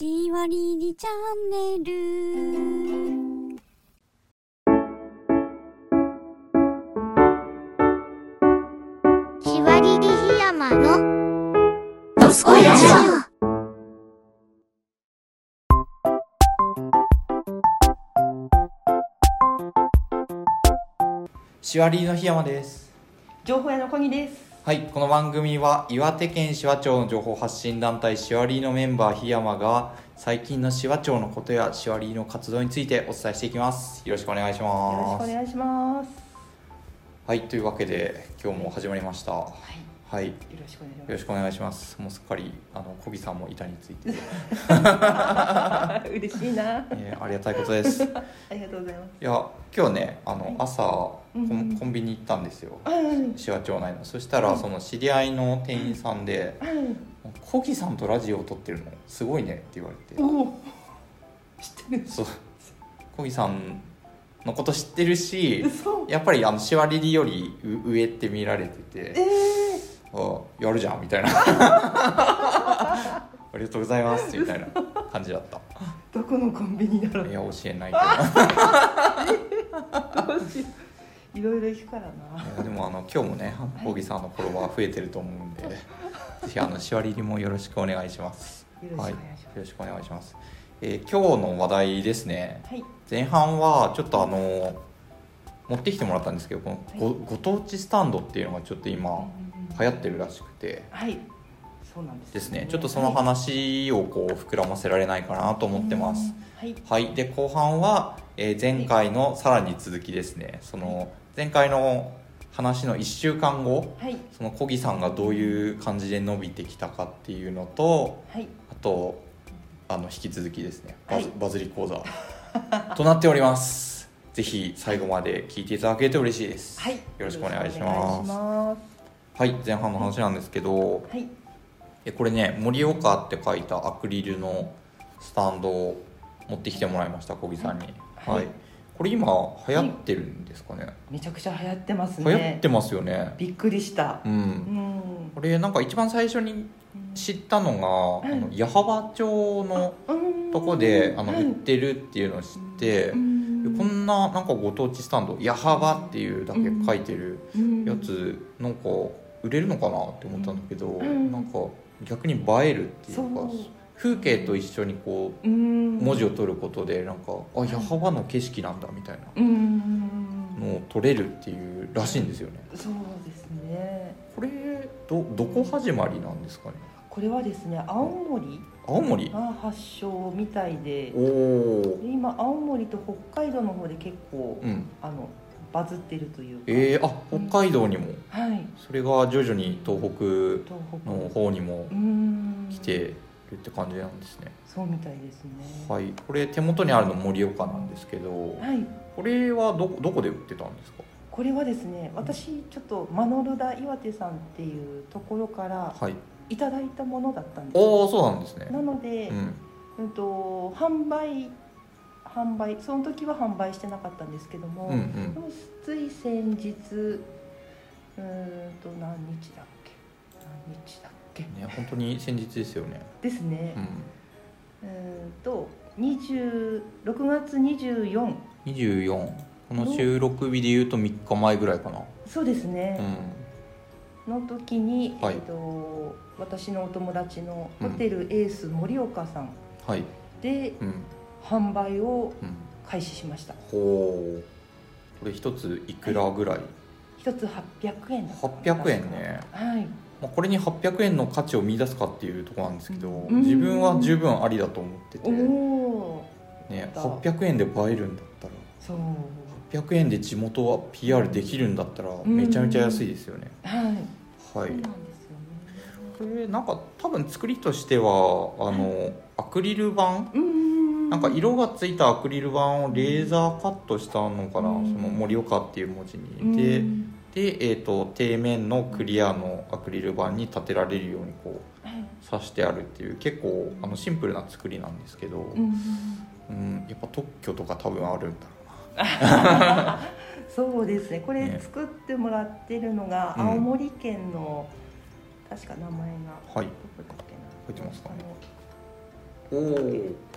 しわりりチャンネル。 しわりりひやまのドスコイラジオ。 しわりの檜山です。 情報屋の小木です。 はい、この番組は岩手県紫波町の情報発信団体しわりのメンバー檜山が最近の紫波町のことやしわりの活動についてお伝えしていきます。よろしくお願いします。 よろしくお願いします。 はい、というわけで今日も始まりました。はい、 よろしくお願いします。 よろしくお願いします。もうすっかり小木さんも板について嬉しいな、 ありがたいことです。 ありがとうございます。 いや今日ね朝コうんうんンビニ行ったんですよ、 はい紫波町内の。そしたらその知り合いの店員さんで小木さんとラジオを撮ってるのすごいねって言われて、 おお、知ってる。 そう小木さんのこと知ってるし、 嘘。 やっぱりしわりりより上って見られてて、やるじゃんみたいなありがとうございますみたいな感じだった。 どこのコンビニだろう。 いや教えないけどうしよう。いろいろ行くからな。 どでも今日もね小木さんのフォロワー増えてると思うんで、ぜひしわりりもよろしくお願いします。 よろしくお願いします。 よろしくお願いします。今日の話題ですね。 はい。 前半はちょっと持ってきてもらったんですけど、このご当地スタンドっていうのがちょっと今流行ってるらしくて、 はい。そうなんですね。ちょっとその話をこう膨らませられないかなと思ってます。 はい。 はい。で後半は、前回のさらに続きですね。その前回の話の1週間後、 はい。 その小木さんがどういう感じで伸びてきたかっていうのと、 はい。 あと引き続きですね、 はいバズり講座となっております。ぜひ最後まで聞いていただけると嬉しいです。 はい。 よろしくお願いしよろます。 くお願いします。 はい、前半の話なんですけど、 はい。 これね盛岡って書いたアクリルのスタンドを持ってきてもらいました、小木さんに。 はいはい、これ今流行ってるんですかね。 めちゃくちゃ流行ってますね。 流行ってますよね。 びっくりした。 うん、これなんか一番最初に知ったのが、矢巾町のとこで売ってるっていうのを知って、こんななんかご当地スタンド矢巾っていうだけ書いてるやつなんか売れるのかなって思ったんだけど、なんか逆に映えるっていうか、風景と一緒にこう文字を取ることでなんか矢巾の景色なんだみたいなのを撮れるっていうらしいんですよね。 そうですね。 これどこ始まりなんですかね。 これはですね、青森が発祥みたいで、今青森と北海道の方で結構、バズってるというか。 北海道にも、 はい、 それが徐々に東北の方にも来てるって感じなんですね。 そうみたいですね。 はい、これ手元にあるの盛岡なんですけど、はい、これはどこで売ってたんですか。 これはですね、私ちょっとマノルダ岩手さんっていうところから、いただいたものだったんですよ。 そうなんですね。 なので、販売その時は販売してなかったんですけども、でもつい先日何日だっけね、本当に先日ですよね。 ですね。6月24 この収録日でいうと3日前ぐらいかな。 そうですね、の時に、私のお友達のホテルエース盛岡さんで、販売を開始しました。 これ一ついくらぐらい。 一つ800円だった。 800円ね。 はい。 これに800円の価値を見出すかっていうところなんですけど、自分は十分ありだと思ってて、800円で映えるんだったら、 そう 800円で地元は PR できるんだったらめちゃめちゃ安いですよね。はい、 そうなんですよね。 これなんか多分作りとしてはアクリル板、なんか色がついたアクリル板をレーザーカットしたのかな、その盛岡っていう文字に。で、底面のクリアのアクリル板に立てられるようにこう刺してあるっていう結構シンプルな作りなんですけど、やっぱ特許とか多分あるんだろうなそうですね。これ作ってもらってるのが青森県の、確か名前が、どこだっけな、 書いてますかね。 おお。 どこだっ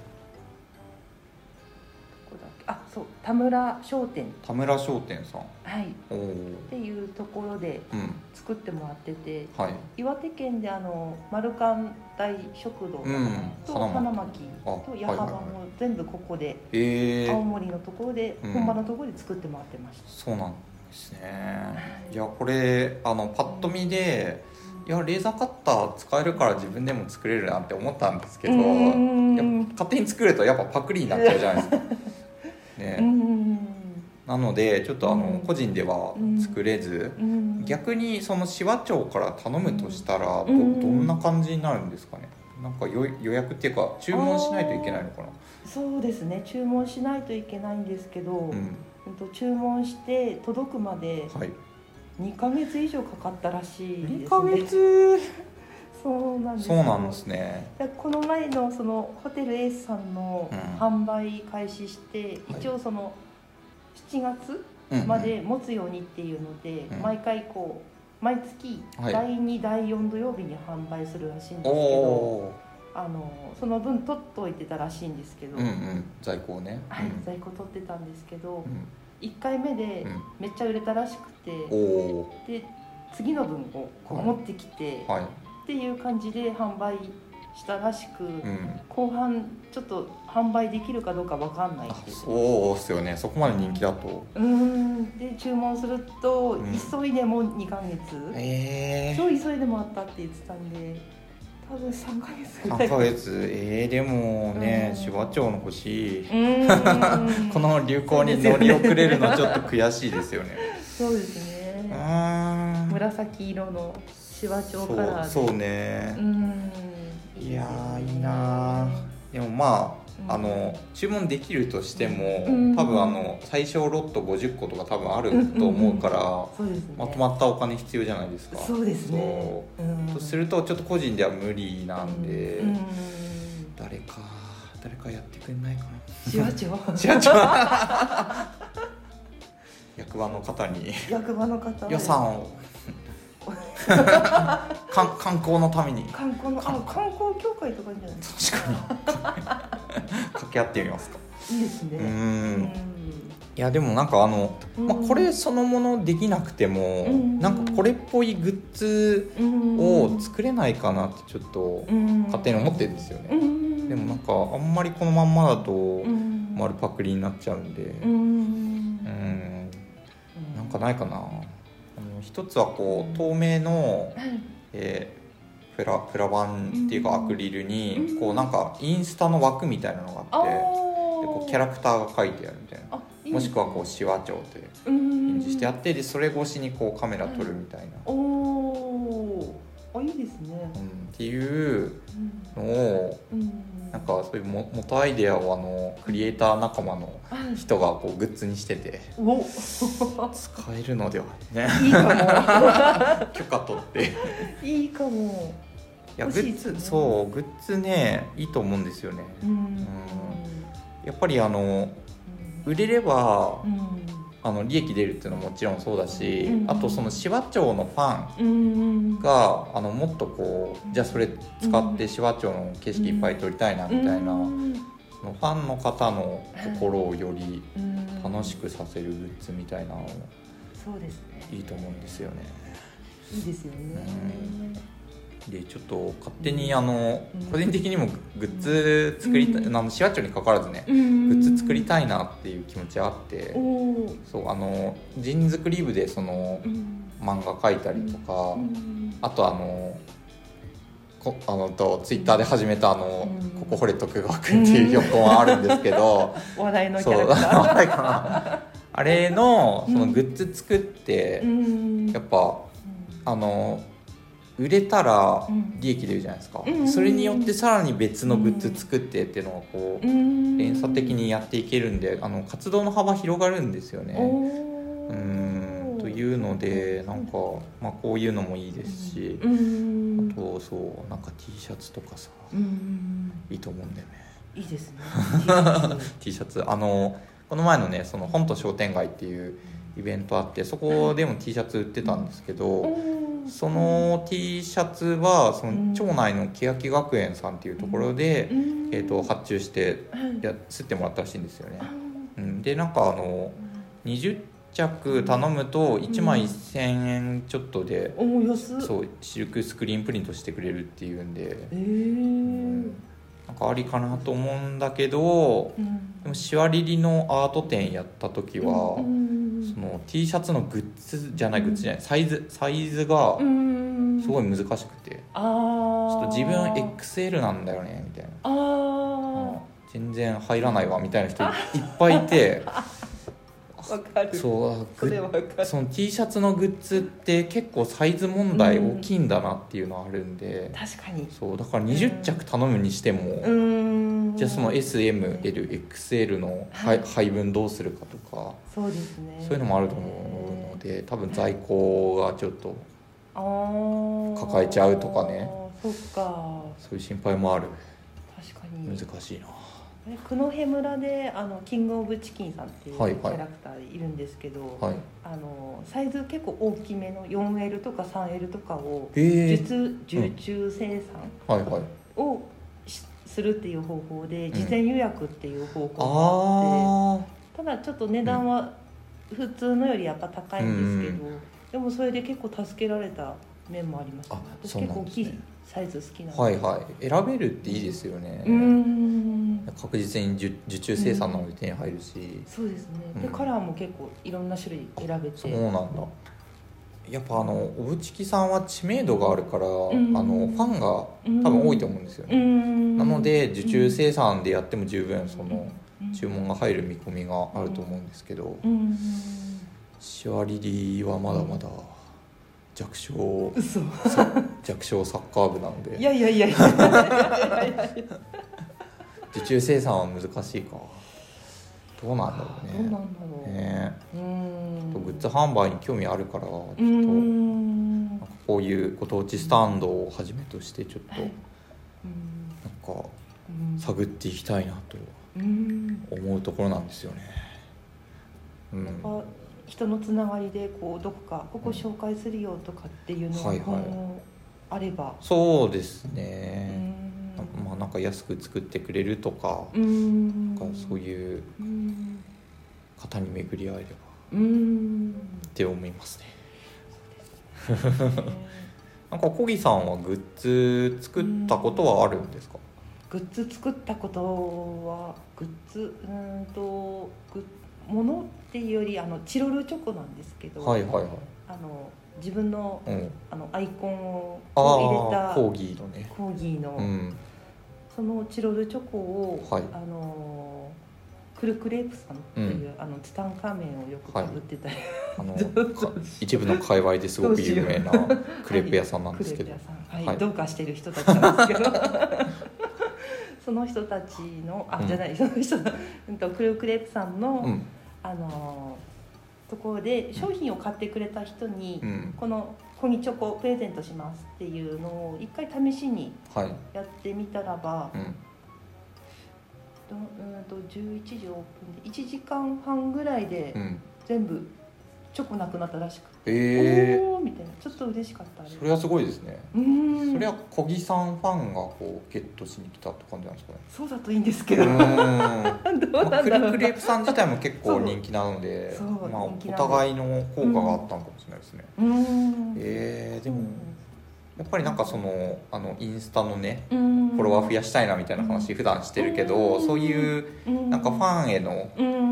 け、あ、そう、田村商店、 田村商店さん。 はい、 おお。 っていうところでうん。 作ってもらってて、 はい。 岩手県で丸寛大食堂とうん花巻と矢幅も全部ここで、青森のところで、本場のところで作ってもらってました。 そうなんですね。いやこれパッと見で、いやレーザーカッター使えるから自分でも作れるなって思ったんですけど、やっぱ勝手に作るとやっぱパクリになっちゃうじゃないですか。ね。なのでちょっと個人では作れず、逆にその紫波町から頼むとしたらどんな感じになるんですかね。なんか予約っていうか注文しないといけないのかな。 そうですね、注文しないといけないんですけど、注文して届くまで2ヶ月以上かかったらしいですね。 2ヶ月そうなんですよ。そうなんですね。 この前のそのホテルエースさんの販売開始して、一応その7月まで持つようにっていうので、毎回こう毎月第2、第4土曜日に販売するらしいんですけど、その分取っといてたらしいんですけど、 在庫をね、 在庫取ってたんですけど、1回目でめっちゃ売れたらしくて、で次の分をこう持ってきて、っていう感じで販売したらしく、後半ちょっと販売できるかどうか分かんないっていう。 そうですよね、そこまで人気だと。 で注文すると、急いでも2ヶ月、超急いでもあったって言ってたんで、多分3ヶ月ぐらい。 3ヶ月、でもね、紫波町の欲しい。この流行に乗り遅れるのちょっと悔しいですよね。 そうですね。紫色の紫波町カラーで。そうね。 いやーいいなー。でもまあ注文できるとしても、多分最小ロット50個とか多分あると思うから、まとまったお金必要じゃないですか。 そうですね。 とするとちょっと個人では無理なんで、誰かやってくれないかな。 紫波町役場の方に予算を観光のために観光協会とかいいんじゃないですか。 確かに掛け合ってみますか。 いいですね。 いやでもなんかこれそのものできなくても、なんかこれっぽいグッズを作れないかなってちょっと勝手に思ってるんですよね。でもなんかあんまりこのまんまだと丸パクリになっちゃうんで、なんかないかな。一つはこう透明の、プラ板っていうかアクリルにこうなんかインスタの枠みたいなのがあって、でこうキャラクターが書いてあるみたいな、もしくはこう紫波町って印字してあって、でそれ越しにこうカメラ撮るみたいな、 いいですね、 っていうのを、なんかそういう元アイデアをクリエイター仲間の人がこうグッズにしてて使えるのではね。 いいかも。 許可取っていいかも。 いやグッズねいいと思うんですよね。やっぱり売れれば利益出るっていうのはもちろんそうだし、あとその紫波町のファンがもっとこうじゃあそれ使って紫波町の景色いっぱい撮りたいなみたいな、そのファンの方の心をより楽しくさせるグッズみたいなのそうですね、 いいと思うんですよね。 いいですよね。 でちょっと勝手に個人的にもグッズ作りたい、紫波町にかかわらずね、グッズ作りたいなっていう気持ちがあって、そうジン作り部でその漫画描いたりとか、あとツイッターで始めたここ掘れ徳川くんっていう横はあるんですけど、 話題のキャラクター話題かな。あれのそのグッズ作って、やっぱ売れたら利益出るじゃないですか、それによってさらに別のグッズ作ってっていうのがこう連鎖的にやっていけるんで、活動の幅広がるんですよね。というのでなんか、こういうのもいいですし、あとそうなんか T シャツとかさ、いいと思うんだよね。 いいですね。 T シャツこの前のねその本と商店街っていうイベントあって、そこでも T シャツ売ってたんですけど、 その T シャツはその町内の欅学園さんっていうところで、発注して刷ってもらったらしいんですよね。でなんか20着頼むと1枚1000円ちょっとで、そうシルクスクリーンプリントしてくれるっていうんで、なんかありかなと思うんだけど、でもシワリリのアート展やった時は、その T シャツのグッズじゃない、サイズがすごい難しくて、ちょっと自分 XL なんだよねみたいな、全然入らないわみたいな人いっぱいいてわかる。 その T シャツのグッズって結構サイズ問題大きいんだなっていうのはあるんで、 確かにそうだから20着頼むにしても、じゃあその SMLXL の配分どうするかとか、 そうですね、 そういうのもあると思うので、多分在庫がちょっと抱えちゃうとかね、 そっか、 そういう心配もある。 確かに難しいな。 九戸村でキングオブチキンさんっていうキャラクターいるんですけど、サイズ結構大きめの 4L とか 3L とかを受注生産をするっていう方法で事前予約っていう方法があって、ただちょっと値段は普通のよりやっぱ高いんですけど、でもそれで結構助けられた面もありますね。私結構大きいサイズ好きなので、 選べるっていいですよね。確実に受注生産なので手に入るし、 そうですね。でカラーも結構いろんな種類選べて、 そうなんだ。やっぱおぶちきさんは知名度があるから、ファンが多分多いと思うんですよね。なので受注生産でやっても十分その注文が入る見込みがあると思うんですけど、シワリリはまだまだ弱小サッカー部なので、 いや受注生産は難しいか。どうなんだろうね。グッズ販売に興味あるから、ちょっとなんかこういうご当地スタンドをはじめとしてちょっとなんか探っていきたいなと思うところなんですよね。 人のつながりでこうどこかここ紹介するよとかっていうのがあれば、 そうですね。なんか安く作ってくれるとか、なんかそういう方に巡り合えればって思いますね。なんか小木さんはグッズ作ったことはあるんですか？ グッズ作ったことはものっていうよりチロルチョコなんですけど、自分の、アイコンを入れたコーギーの、 そのチロルチョコを、クルクレープさんっていう、ツタンカーメンをよくかぶってたり、 一部の界隈ですごく有名なクレープ屋さんなんですけど、 どうかしてる人たちなんですけどその人たちのその人のクルクレープさんの、ところで商品を買ってくれた人に、このコギチョコプレゼントしますっていうのを一回試しにやってみたらば、11時オープンで1時間半ぐらいで全部チョコなくなったらしくて、おーみたいな、ちょっと嬉しかった。 それはすごいですね。それは小木さんファンがこうゲットしに来たって感じなんですかね。 そうだといいんですけどどうなんだろう。 クルクレープさん自体も結構人気なので、お互いの効果があったのかもしれないですね。でもやっぱりなんかそのインスタのねフォロワー増やしたいなみたいな話普段してるけど、そういうなんかファンへの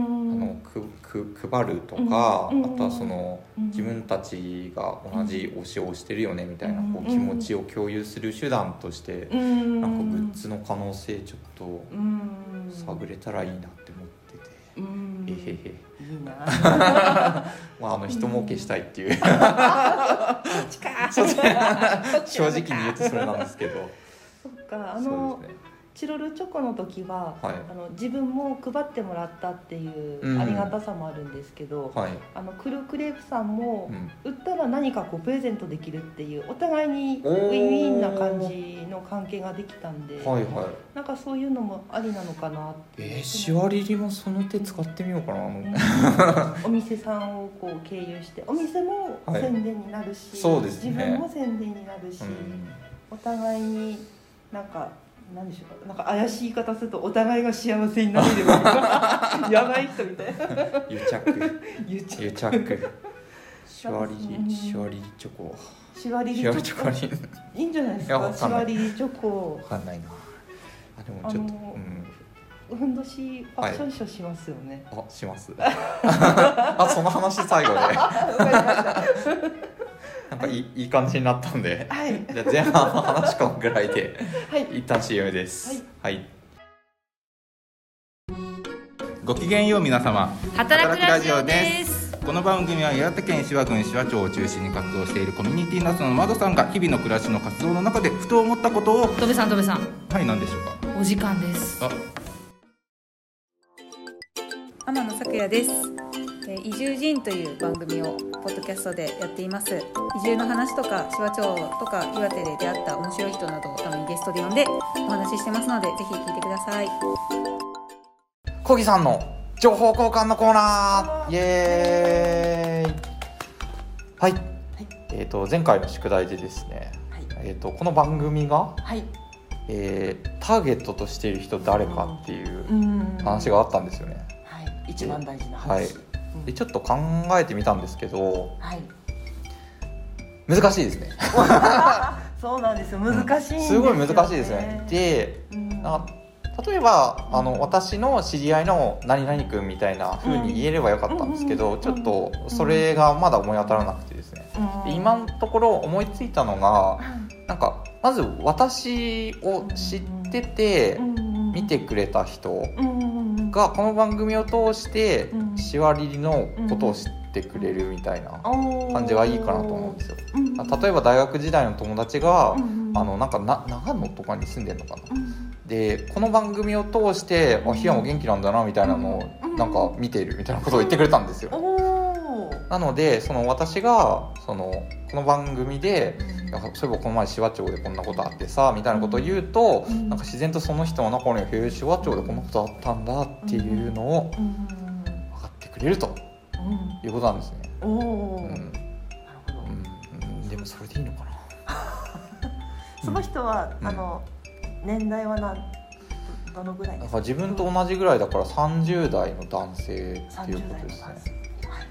配るとか、あとはその自分たちが同じ推しをしてるよねみたいなこう気持ちを共有する手段としてなんかグッズの可能性ちょっと探れたらいいなって思ってて、いいな人儲けしたいっていう正直に言うとそれなんですけど、 そっか、 チロルチョコの時は、 はい、 自分も配ってもらったっていうありがたさもあるんですけど、 はい、 クルクレープさんも、売ったら何かこうプレゼントできるっていうお互いにウィンウィンな感じの関係ができたんで、 はいはい、 なんかそういうのもありなのかなって。 シワリリもその手使ってみようかな、 お店さんをこう経由してお店も宣伝になるし、 そうですね、 自分も宣伝になるし、お互いになんかなんでしょうか、なんか怪しい言い方するとお互いが幸せになれるみたいなやばい人みたいな癒着シワリリチョコ、 シワリリチョコいいんじゃないですか。シワリリチョコわかんないなあ。でもちょっとふんどしファッションショーしますよね、 はい、しますあ、その話最後でなんかいい感じになったんで、はい、じゃあ前半の話このぐらいで、はい、一旦 CM です。はい、はい、 ごきげんよう皆様、 働くラジオです。 この番組は岩手県紫波郡紫波町を中心に活動しているコミュニティナスの窓さんが日々の暮らしの活動の中でふと思ったことを。 戸部さん、はい、 何でしょうか。 お時間です。 天野咲也です。移住人という番組をポッドキャストでやっています。移住の話とか紫波町とか岩手で出会った面白い人などをたまにゲストで呼んでお話ししてますので、ぜひ聞いてください。 小木さんの情報交換のコーナー、イエーイ。はい、はい、前回の宿題でですね、はい、この番組が、はい、ターゲットとしている人誰かっていう話があったんですよね。 はい、一番大事な話。 はい、でちょっと考えてみたんですけど、はい、難しいですねそうなんですよ、難しいんですよね、 すごい難しいですね。で、例えば私の知り合いの何々君みたいな風に言えればよかったんですけど、ちょっとそれがまだ思い当たらなくてですね、今のところ思いついたのが、なんかまず私を知ってて見てくれた人がこの番組を通してシワリリのことを知ってくれるみたいな感じがいいかなと思うんですよ。例えば大学時代の友達がなんか長野とかに住んでるのかな、でこの番組を通して檜山元気なんだなみたいなのをなんか見ているみたいなことを言ってくれたんですよ。なので私がこの番組でそういえばこの前紫波町でこんなことあってさみたいなことを言うと、なんか自然とその人の中にへえ紫波町でこんなことあったんだっていうのを分かってくれるということなんですね。なるほど、でもそれでいいのかなその人は、年代はどのぐらいですか。 自分と同じぐらいだから30代の男性っていうことですね。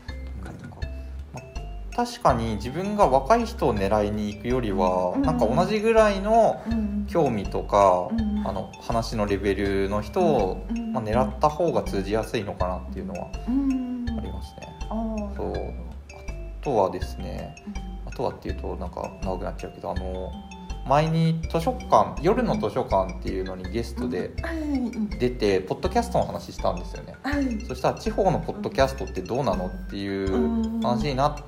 確かに自分が若い人を狙いに行くよりは、なんか同じぐらいの興味とか、話のレベルの人を、狙った方が通じやすいのかなっていうのはありますね。そうあとはですね、あとはっていうとなんか長くなっちゃうけど、前に夜の図書館っていうのにゲストで出てポッドキャストの話したんですよね。そしたら地方のポッドキャストってどうなのっていう話になって、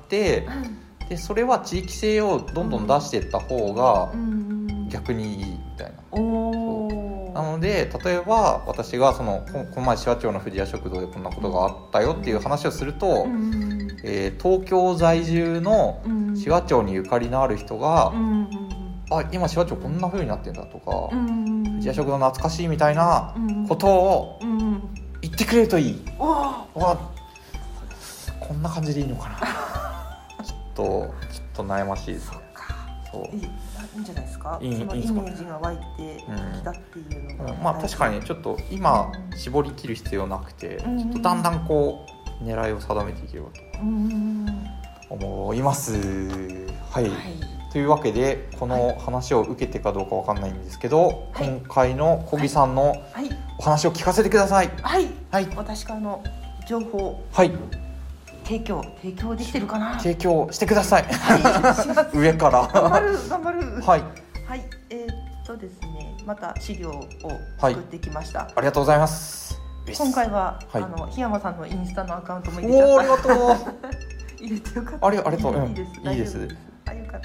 でそれは地域性をどんどん出していった方が逆にいいみたいな。なので例えば私がこの前紫波町の富士屋食堂でこんなことがあったよっていう話をすると、東京在住の紫波町にゆかりのある人が今紫波町こんな風になってんだとか、富士屋食堂懐かしいみたいなことを言ってくれるといい。こんな感じでいいのかなちょっと悩ましいですね。 いいんじゃないですか。そのイメージが湧いてきたっていうのが、 確かにちょっと今絞り切る必要なくて、ちょっとだんだんこう狙いを定めていければと思います。はい、というわけでこの話を受けてかどうかわかんないんですけど、今回の小木さんのお話を聞かせてください。 私からの情報、提供できてるかな。 提供してください。上から頑張る。ですね、また資料を作ってきました。 ありがとうございます。 今回は檜山さんのインスタのアカウントも入れちゃった。 ありがとう。 入れてよかった。 ありがとう。いいです。 よかった。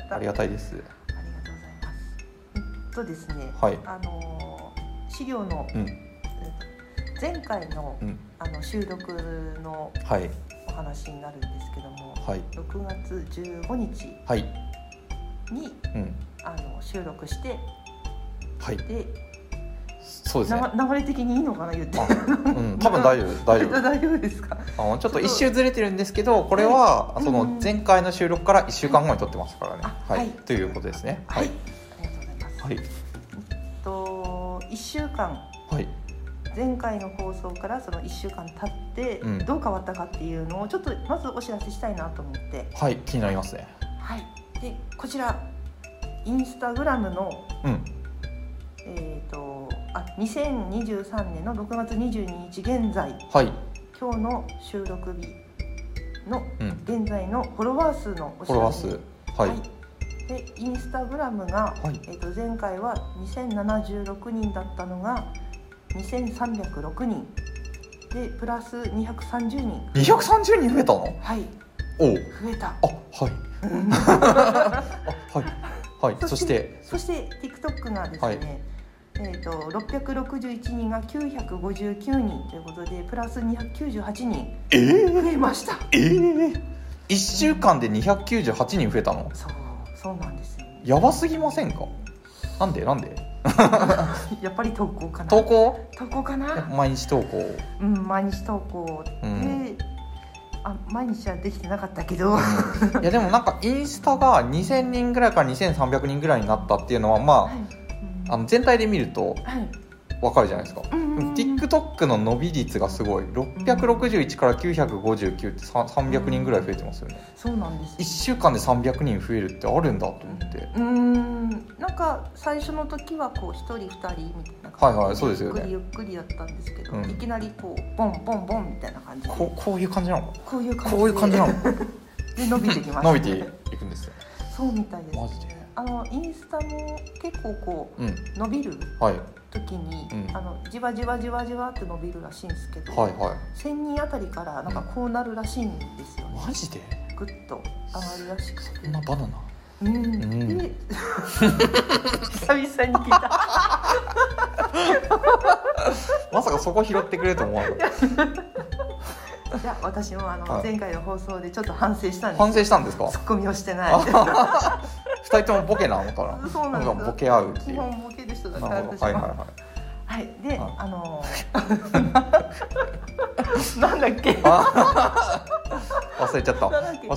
ありがたいです。 ありがとうございます。ですね、 資料の、前回の、収録のお話になるんですけども、6月15日に、収録して、でそうですね、 流れ的にいいのかな言って、 多分大丈夫大丈夫ですか。 ちょっと一周ずれてるんですけど、これはその前回の収録から1週間後に撮ってますからね、ということですね。 ありがとうございます。1週間、前回の放送からその1週間経ってどう変わったかっていうのをちょっとまずお知らせしたいなと思って、 気になりますね。 でこちらインスタグラムの、2023年の6月22日現在、今日の収録日の現在のフォロワー数のお知らせ、でインスタグラムが、前回は2076人だったのが2306人でプラス230人 230人増えたの？ 増えた。そして TikTok がですね、661人が959人ということでプラス298人増えました。 1週間で298人増えたの？ そうなんですよ、ね、 やばすぎませんか？なんでやっぱり投稿かな。 投稿かな。毎日投稿。 毎日投稿で、毎日はできてなかったけど、 いやでもなんかインスタが2000人ぐらいから2300人ぐらいになったっていうのは全体で見ると分かるじゃないですか。TikTok の伸び率がすごい。661から959って300人ぐらい増えてますよね。 そうなんです。 1週間で300人増えるってあるんだと思って。 なんか最初の時はこう1人2人みたいな感じでゆっくりやったんですけど、いきなりこうボンボンボンみたいな感じでこういう感じなの？ こういう感じなの？ で伸びてきました。 伸びていくんですよ。 そうみたいです。 マジで。 インスタも結構こう、伸びる時に、じわじわじわじわって伸びるらしいんですけど、1000人あたりからなんかこうなるらしいんですよね。 マジで？ グッと上がるらしくて。 そんなバナナ？ で久々に聞いた。 まさかそこ拾ってくれると思わなかった。 いや私も前回の放送でちょっと反省したんです。 反省したんですか？ ツッコミをしてない。 2人ともボケなのかな？ そうなんです。 ボケ合うっていう。 基本ボケる人だから私は。でなんだっけ？ 忘れちゃった。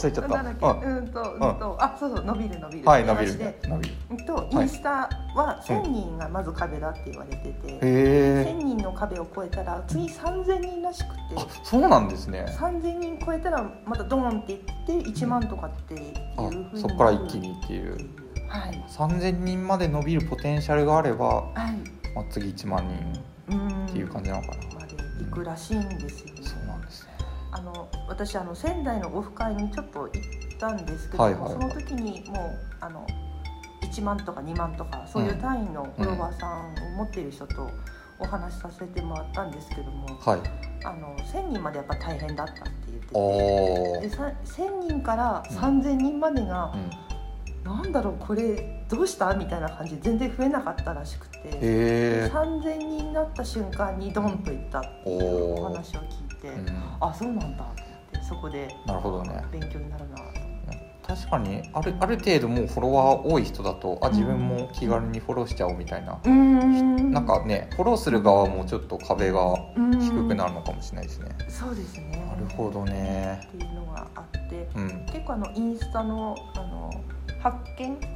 そう伸びる。 伸びる。 インスタは1000人がまず壁だって言われてて、1000人の壁を超えたら次3000人らしくて。 そうなんですね。 3000人超えたらまたドーンっていって1万とかっていう風に、 そこから一気にっていう。3000人まで伸びるポテンシャルがあれば、次1万人っていう感じなのかな。 まで行くらしいんですよね。 そうなんですね。 私仙台のオフ会にちょっと行ったんですけど、その時にもう1万とか2万とかそういう単位のフォロワーさんを持っている人とお話しさせてもらったんですけども、1000人までやっぱ大変だったって言ってて、で1000人から3000人までが、なんだろうこれどうしたみたいな感じで全然増えなかったらしくて、3000人になった瞬間にドンといったっていうお話を聞いて、そうなんだって言って、そこでなるほどね、 勉強になるなと。 確かにある程度もうフォロワー多い人だと自分も気軽にフォローしちゃおうみたいな、なんかねフォローする側もちょっと壁が低くなるのかもしれないですね。 そうですね。 なるほどね。 っていうのがあって、結構インスタの発見だ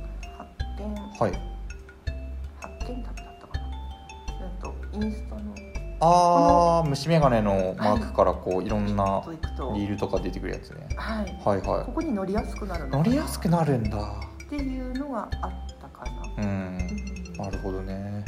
ったかな。インスタの虫眼鏡のマークからこういろんなリールとか出てくるやつね。ここに乗りやすくなるのかな。 乗りやすくなるんだっていうのがあったかな。 なるほどね。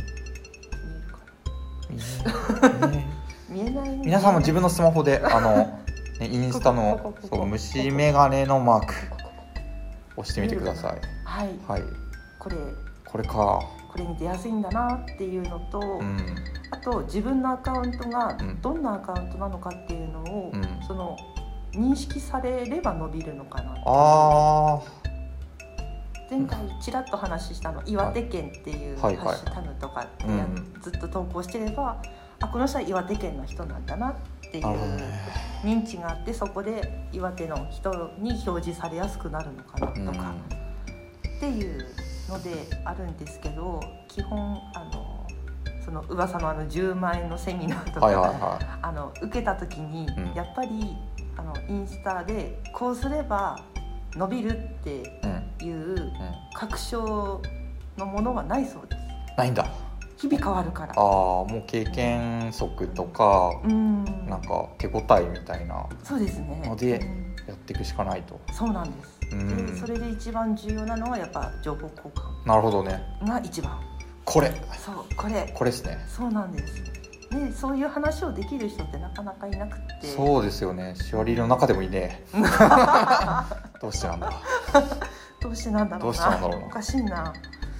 見えない。 皆さんも自分のスマホでインスタの虫眼鏡のマーク押してみてください。これか。 これに出やすいんだなっていうのと、あと自分のアカウントがどんなアカウントなのかっていうのを、その認識されれば伸びるのかな。 前回ちらっと話した岩手県っていうハッシュタグとかでずっと投稿してれば、この人は岩手県の人なんだなっていう認知があって、そこで岩手の人に表示されやすくなるのかなとかっていうのであるんですけど、基本その噂の10万円のセミナーとか、受けた時にやっぱりインスタでこうすれば伸びるっていう確証のものはないそうです。 ないんだ。 日々変わるから。 もう経験則とか、なんか手応えみたいなそうですねのでやっていくしかないと。 そうなんです。でそれで一番重要なのはやっぱ情報交換。 なるほどね。 が一番。 これですね。 そうなんです。でそういう話をできる人ってなかなかいなくて。 そうですよね。シワリーの中でもいいね。どうしてなんだ。 どうしてなんだろうな。おかしいな。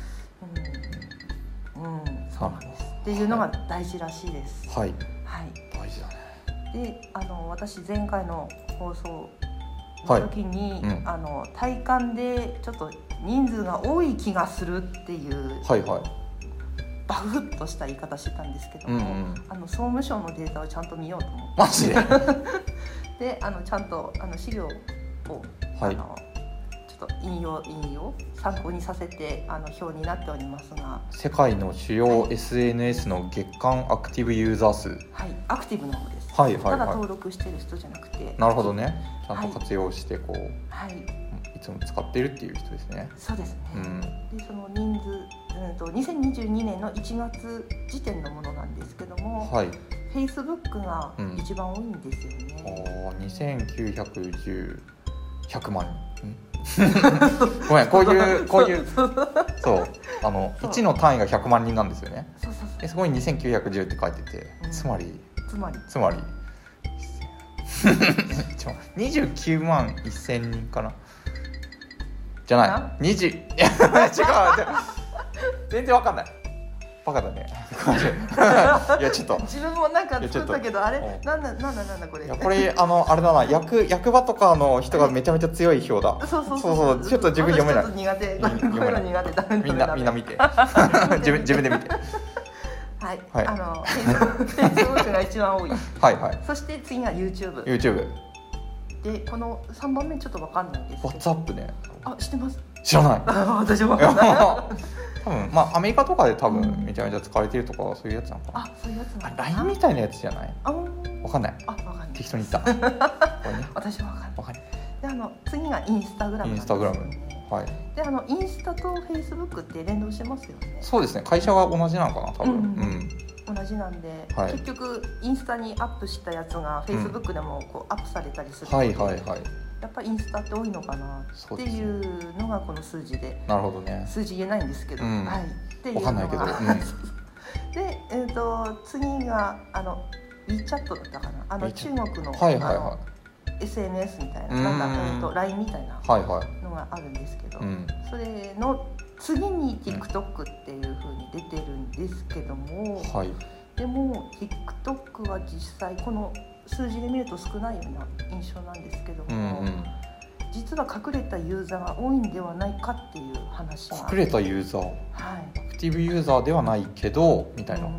そうなんです。っていうのが大事らしいです。 はい。大事だね。で、私前回の放送の時に、体感でちょっと人数が多い気がするっていう。バフッとした言い方してたんですけども、総務省のデータをちゃんと見ようと思って。 マジで？ で、ちゃんと資料を、ちょっと引用参考にさせて表になっておりますが、 世界の主要 SNS の月間アクティブユーザー数。 アクティブの方です。 ただ登録してる人じゃなくて。 なるほどね。ちゃんと活用してこう、いつも使ってるっていう人ですね。 そうですね。でその人数、2022年の1月時点のものなんですけども、Facebook が一番多いんですよね。100万人。ごめん、こういうそう1の単位が100万人なんですよね。そこに2910って書いてて、つまり29万1000人かな。じゃない。違う。全然わかんない。バカだね。いやちょっと自分もなんか作ったけど、あれなんだこれ。 いやこれあれだな、役場とかの人がめちゃめちゃ強い表だ。そうちょっと自分読めない。 苦手。こういうの苦手だ。 みんな見て。自分で見て。 はい。Facebook が一番多い。そして次が YouTube。でこの3番目ちょっと分かんないです。 WhatsApp ね。 知ってます？ 知らない。 私も分かんない。 多分アメリカとかで多分めちゃめちゃ使われてるとかそういうやつなのかな。 そういうやつなの。 LINE みたいなやつじゃない？分かんない。適当に言った。 私は分かんない。で次がインスタグラム。でインスタと Facebook って連動してますよね。そうですね。 会社は同じなのかな多分。 同じなんで、結局インスタにアップしたやつが Facebook でもこうアップされたりするので、やっぱりインスタって多いのかなっていうのがこの数字で。 なるほどね。 数字言えないんですけど、っていうのが。 わかんないけど。 で、次がWeChat だったかな。中国のSNS みたいな、LINE みたいなのがあるんですけど、それの次に TikTok っていう風に出てるんですけども、でも TikTok は実際この数字で見ると少ないような印象なんですけども、実は隠れたユーザーが多いんではないかっていう話が。 隠れたユーザー、アクティブユーザーではないけどみたいな。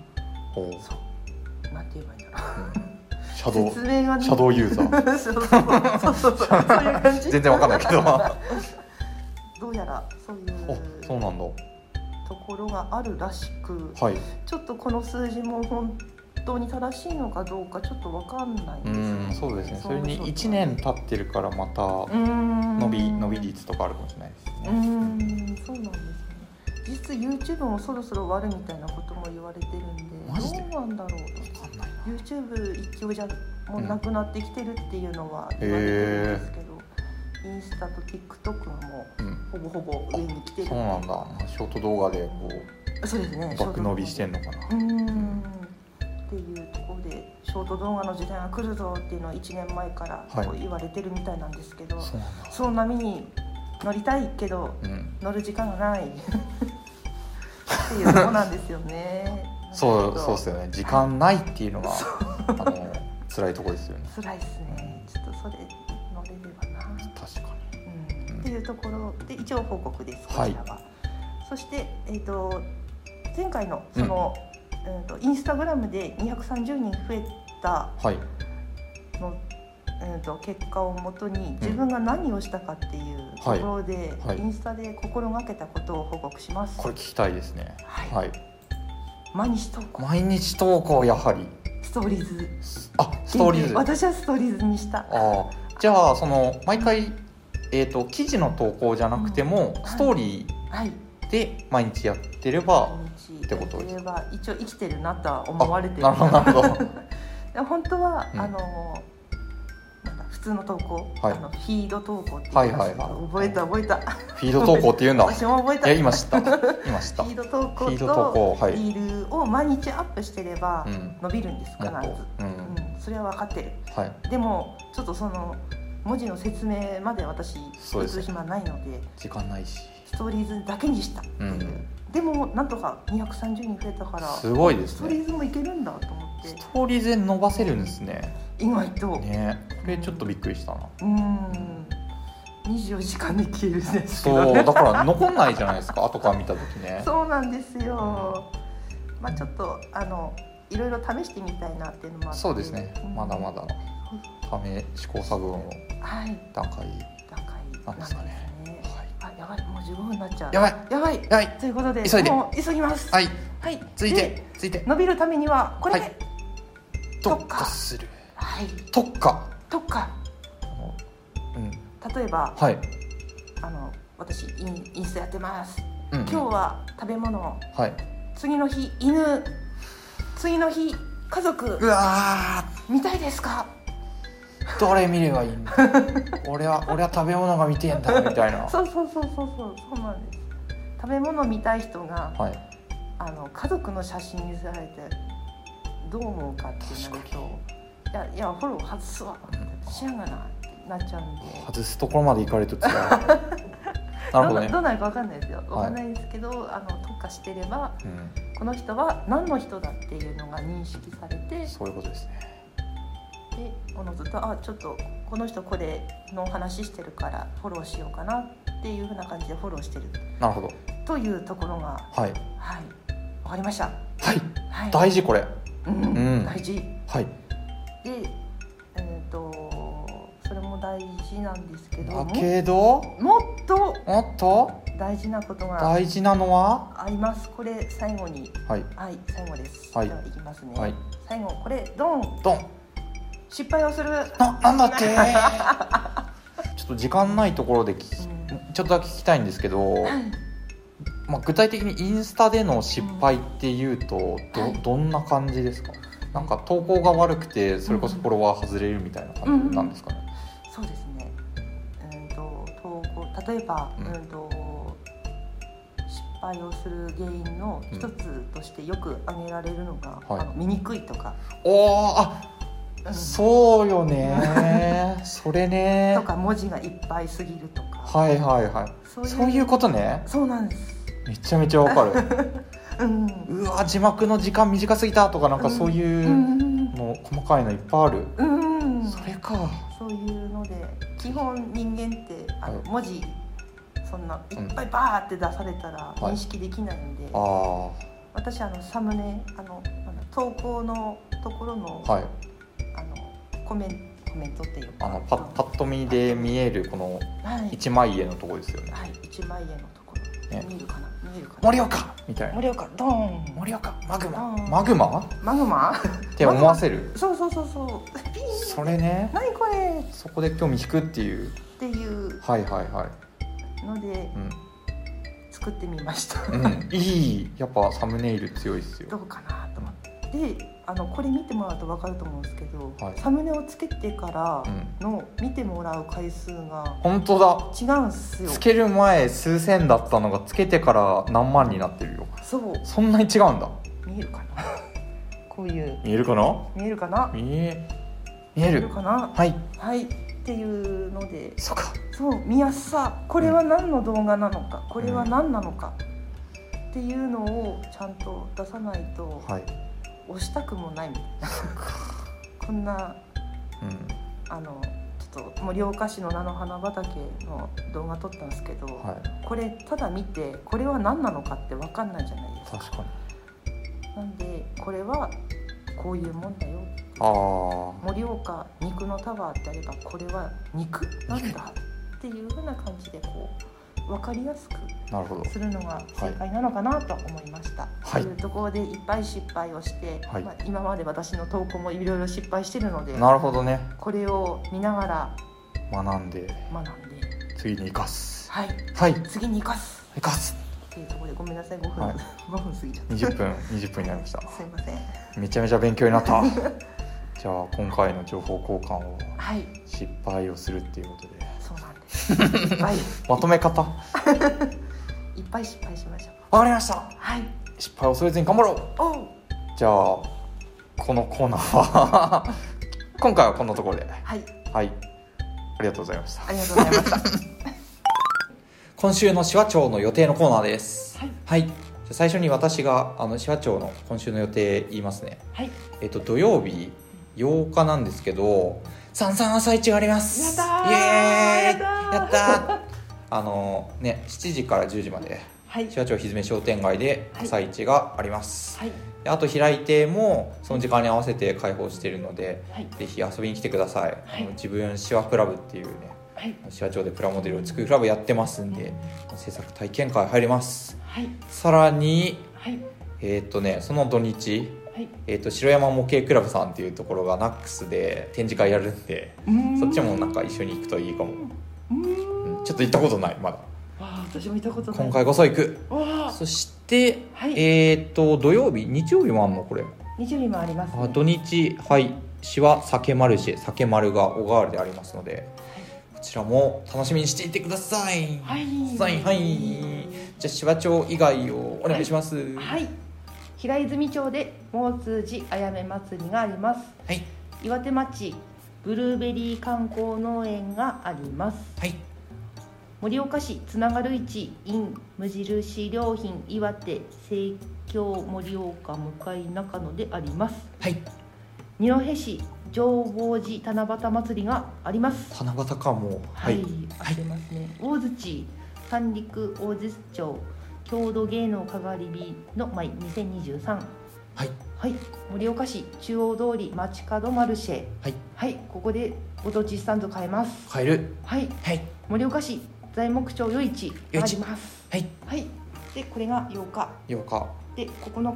そうなんて言えばいいんだろう。 シャドウユーザー。 そういう感じ。 全然わかんないけど。 どうやらそういうそうなんだところがあるらしく、ちょっとこの数字も本当に正しいのかどうかちょっと分かんないんですね。 そうですね。それに1年経ってるからまた伸び率とかあるかもしれないですね。 そうなんですね。実質 YouTube もそろそろ終わるみたいなことも言われてるんで、どうなんだろうと。分かんないな。YouTube 一強じゃもうなくなってきてるっていうのは言われてるんですけど、インスタと TikTok がもうほぼほぼ上に来てる。 そうなんだ。ショート動画でこうそうですね。 爆伸びしてんのかな。 っていうところでショート動画の時代が来るぞっていうのは1年前からこう言われてるみたいなんですけど、その波に乗りたいけど、乗る時間がないっていうところなんですよね。 そうですよね。時間ないっていうのが辛いところですよね。 辛いですね。ちょっとそれ乗れればな。 確かに。 っていいうところで一応報告です、こちらは。そして、前回のその、インスタグラムで230人増えたの、結果をもとに自分が何をしたかっていうところで、インスタで心がけたことを報告します。 これ聞きたいですね。 毎日投稿。 毎日投稿、やはりストーリーズ。 ストーリーズ。 私はストーリーズにした。 じゃあその毎回、記事の投稿じゃなくても、ストーリーで毎日やってればってことですか。 一応生きてるなとは思われてる。 なるほど本当は、普通の投稿、フィード投稿って言いますけど、覚えたフィード投稿って言うんだ。 私も覚えた。 今知ったフィード投稿とリールを毎日アップしてれば伸びるんです、必ず。それは分かってる。でもちょっとその文字の説明まで私打つ暇ないので、 時間ないし、 ストーリーズだけにしたっていう。でもなんとか230人増えたから、 すごいですね。 ストーリーズもいけるんだと思って。 ストーリーズで伸ばせるんですね。 意外とね、これちょっとびっくりしたな。 24時間で消えるんですけど、そうだから残んないじゃないですか後から見た時ね。 そうなんですよ。ちょっといろいろ試してみたいなっていうのもあって。 そうですね、まだまだ試行錯誤の段階なんですかね。 やばい、もう15分になっちゃう。 やばいということで急いで急ぎます。 続いて伸びるためにはこれ、 特化する。特化。 例えば、私インスタやってます。今日は食べ物。次の日犬。次の日家族。見たいですか？ どれ見ればいいんだ俺は食べ物が見てんだみたいな。 そうなんです。食べ物見たい人が、家族の写真見せられてどう思うかってなると、いやフォロー外すわ、知らんがなってなっちゃうんで。 外すところまで行かれるとつらいなるほどね。 どうなるか分かんないですよ。分かんないですけど、特化してれば、この人は何の人だっていうのが認識されて。 そういうことですね。 でおのずとちょっとこの人これの話してるからフォローしようかなっていう風な感じでフォローしてる。 なるほど。 というところがわかりました。 大事これ。 大事。でそれも大事なんですけど。 だけどもっと大事なことが大事なのはあります。これ最後に最後です。ではいきますね。最後これドン。失敗をする。 なんだってちょっと時間ないところでちょっとだけ聞きたいんですけど、具体的にインスタでの失敗っていうと どんな感じですか？なんか投稿が悪くてそれこそフォロワー外れるみたいな感じなんですかね？ そうですね。投稿例えば、失敗をする原因の一つとしてよく挙げられるのが、見にくいとか。 そうよねそれね。 とか文字がいっぱいすぎるとか。 そういうことね。 そうなんです。 めちゃめちゃわかるうわ字幕の時間短すぎたとかなんかそういうの細かいのいっぱいある。それか。 そういうので基本人間って文字そんないっぱいバーって出されたら認識できないんで、私サムネ投稿のところのコメントっていうかパッと見で見えるこの一枚絵のところですよね。 一枚絵のところ、見えるかな。 盛岡みたいな。 盛岡ドーン。 盛岡マグマって思わせる。 そうそれね。 何これ。 そこで興味引くっていうので作ってみましたいい。やっぱサムネイル強いですよ。 どうかなと思って。でこれ見てもらうと分かると思うんですけど、サムネをつけてからの見てもらう回数が本当だ違うんですよ。 つける前数千だったのがつけてから何万になってるよ。そんなに違うんだ。 見えるかなこういう見えるかな見えるかな見えるかな。っていうので、見やすさ、これは何の動画なのか、これは何なのかっていうのをちゃんと出さないと、押したくもないみたいなこんなちょっと盛岡市の菜の花畑の動画撮ったんですけど、これただ見てこれは何なのかって分かんないじゃないですか。 確かに。 なんでこれはこういうもんだよ。盛岡肉のタワーってあればこれは肉なんだっていう風な感じでこう分かりやすくするのが正解なのかなと思いました。というところでいっぱい失敗をして、今まで私の投稿もいろいろ失敗してるので、 なるほどね。 これを見ながら学んで次に生かす。 次に生かすっていうところで、ごめんなさい、5分過ぎちゃった。 20分になりました。 すいません。 めちゃめちゃ勉強になったじゃあ今回の情報交換を失敗をするっていうことで、 そうなんです。 まとめ方いっぱい失敗しましょう。わかりました。失敗を恐れずに頑張ろう。じゃあこのコーナーは今回はこんなところで、ありがとうございました。 ありがとうございました今週の紫波町の予定のコーナーです。じゃあ最初に私が紫波町の今週の予定言いますね。土曜日8日なんですけど、三々朝市があります。 やったー、 イエーイ、やったー7時から10時まで紫波町ひずめ商店街で朝市があります。あと平井亭もその時間に合わせて開放しているので、ぜひ遊びに来てください。自分シワクラブっていうね、紫波町でプラモデルを作るクラブやってますんで、制作体験会入ります。さらに、その土日、城山模型クラブさんっていうところがナックスで展示会やるんで、そっちもなんか一緒に行くといいかも。ちょっと行ったことないまだ。 私も行ったことない。 今回こそ行く。そして、土曜日、日曜日もあんのこれ。 日曜日もあります、ね。 土日、市は酒マルシェ、酒丸が小川原でありますので、こちらも楽しみにしていてください。じゃあ紫波町以外をお願いします。 平泉町で毛通寺あやめ祭りがあります。岩手町ブルーベリー観光農園があります。盛岡市つながる市 in 無印良品岩手生協盛岡向中野であります。二戸市浄法寺七夕祭りがあります。 七夕かも。 ありますね。大槌三陸大槌町郷土芸能かがり火の舞2023。盛岡市中央通り街角マルシェ。ここでご当地スタンド買えます。 買える。 盛岡市材木町夜市があります。でこれが8日で9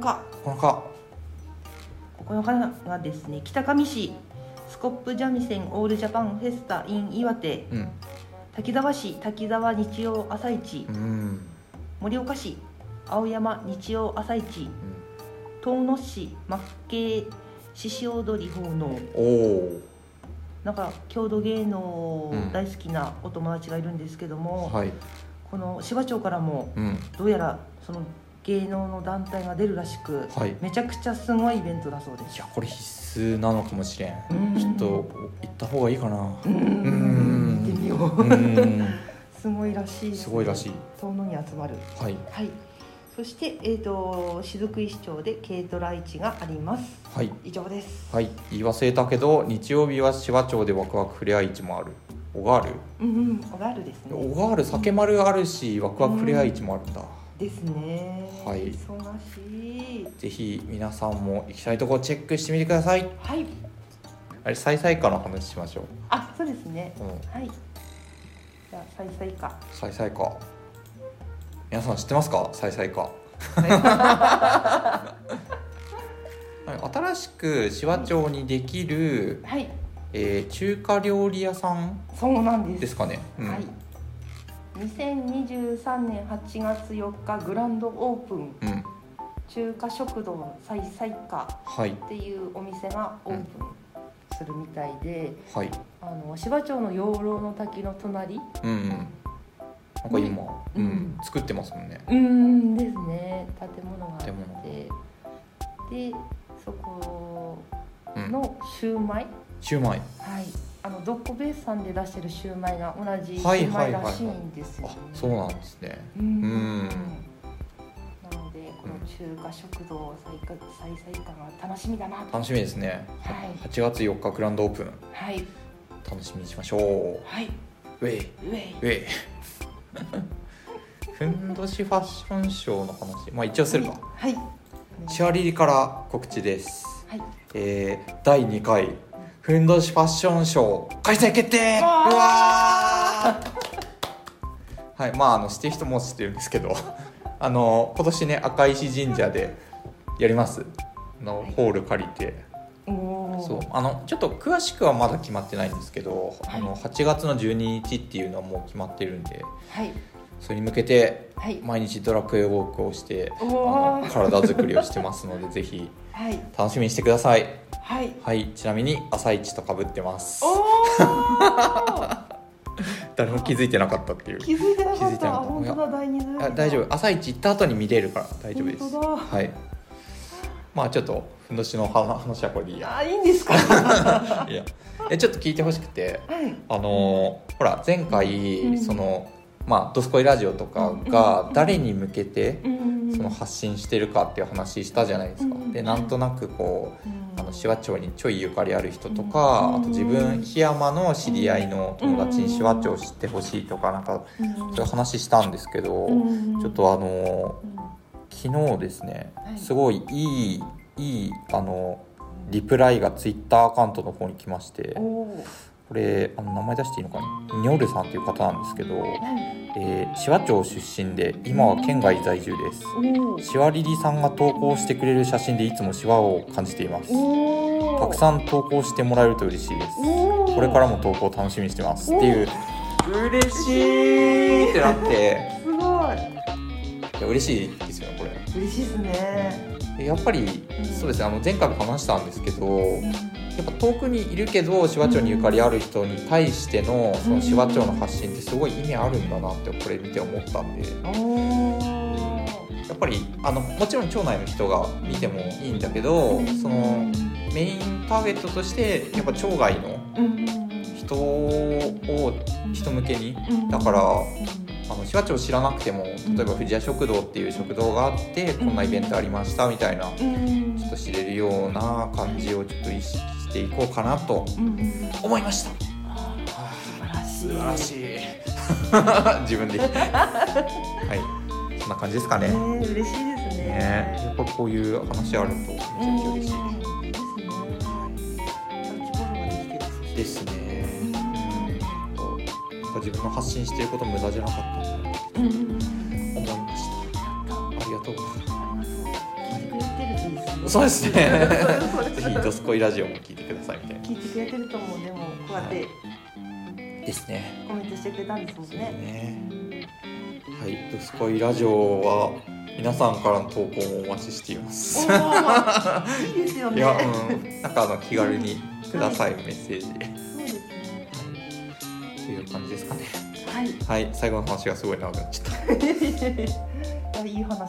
日がですね、北上市スコップ三味線オールジャパンフェスタ in 岩手、滝沢市滝沢日曜朝市、盛岡市青山日曜朝市、遠野市真っ慶獅子踊り奉納。なんか郷土芸能大好きなお友達がいるんですけども、この紫波町からもどうやらその芸能の団体が出るらしく、めちゃくちゃすごいイベントだそうです。 いやこれ必須なのかもしれん。ちょっと行った方がいいかな。 行ってみようすごいらしいです、ね、 すごいらしい。 遠野に集まる。そして、雫石町で軽トラ市があります。以上です。 言い忘れたけど日曜日は紫波町でワクワクフレア市もある。小川原小川原ですね。 小川原酒丸あるし、ワクワクフレア市もあるんだ。 ですね。 忙しい。 ぜひ皆さんも行きたいところチェックしてみてください。あれ再々花の話しましょう。 そうですね。じゃあ再々花。皆さん知ってますか？再々花。新しく紫波町にできる、中華料理屋さんですかね。 2023年8月4日グランドオープン、中華食堂再々花っていうお店がオープンするみたいで、紫波町の養老の滝の隣、 なんか今、作ってますもんね。 ですね。建物があって、でそこのシューマイ、どっこベースさんで出してるシューマイが同じシューマイらしいんですよね。 そうなんですね。 なのでこの中華食堂再々花が楽しみだなと。 楽しみですね。8月4日グランドオープン。 楽しみにしましょう。 はい。 ウェイウェイふんどしファッションショーの話、まあ一応するか。 はい。 シュアリリから告知です。 はい。 第2回ふんどしファッションショー開催決定。うわはい、まあ知ってる人も知ってるんですけど今年ね赤石神社でやります。ホール借りて。そうちょっと詳しくはまだ決まってないんですけど、はい、8月の12日っていうのはもう決まってるんで、はい、それに向けて毎日ドラクエウォークをして、はい、体作りをしてますのでぜひ楽しみにしてください。はい、はい、ちなみに朝一と被ってます。誰も気づいてなかったっていう。気づいてなかった。本当だ、第2弾。大丈夫、朝一行った後に見れるから大丈夫です。本当だ。はい。まあちょっとふんどしの話はこれでいいや。いいんですか。いやちょっと聞いてほしくて、はい、ほら前回、ドスコイラジオとかが誰に向けてその発信してるかっていう話したじゃないですか。でなんとなくこう紫波町にちょいゆかりある人とか、あと自分檜山の知り合いの友達に紫波町を知ってほしいとかなんかそういう話したんですけど、ちょっと昨日ですね、すごいいいリプライがツイッターアカウントの方に来まして、これ名前出していいのかな、ニョルさんという方なんですけど、紫波町出身で今は県外在住です。しわりりさんが投稿してくれる写真でいつもシワを感じています。たくさん投稿してもらえると嬉しいです。これからも投稿楽しみにしてますっていう。嬉しいってなってすごい嬉しいですよね。これ嬉しいですね。やっぱりそうですね、前回も話したんですけど、やっぱ遠くにいるけど紫波町にゆかりある人に対してのその紫波町の発信ってすごい意味あるんだなってこれ見て思ったんで、やっぱりもちろん町内の人が見てもいいんだけど、そのメインターゲットとしてやっぱ町外の人を人向けに、だから紫波町を知らなくても例えば富士屋食堂っていう食堂があってこんなイベントありましたみたいな、ちょっと知れるような感じをちょっと意識していこうかなと思いました。素晴らしい自分ではい、そんな感じですかね。嬉しいですね。やっぱこういう話あるとめちゃくちゃ嬉しいですね。自分の発信していること無駄じゃなかったんだなって思いました。ありがとう。そうですね。ぜひドスコイラジオも聞いてくださいみたいな。聞いてくれてると思う。でもこうやってですね。コメントしてくれたんですもんね。はい、ドスコイラジオは皆さんからの投稿もお待ちしています。いいですよね。いや、なんか気軽にください、メッセージ。という感じですかね。はい、はい、最後の話がすごい長くなっちゃった。いい話だった。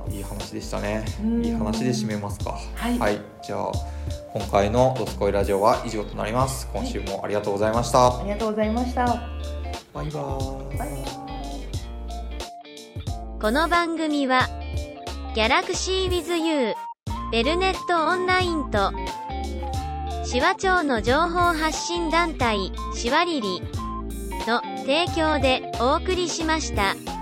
いい話でしたね。いい話で締めますか。はい、はい、じゃあ今回のドスコイラジオは以上となります。今週もありがとうございました。ありがとうございました。バイバーイ。バイバーイ。 この番組はギャラクシー with you ベルネットオンラインと紫波町の情報発信団体しわりりの提供でお送りしました。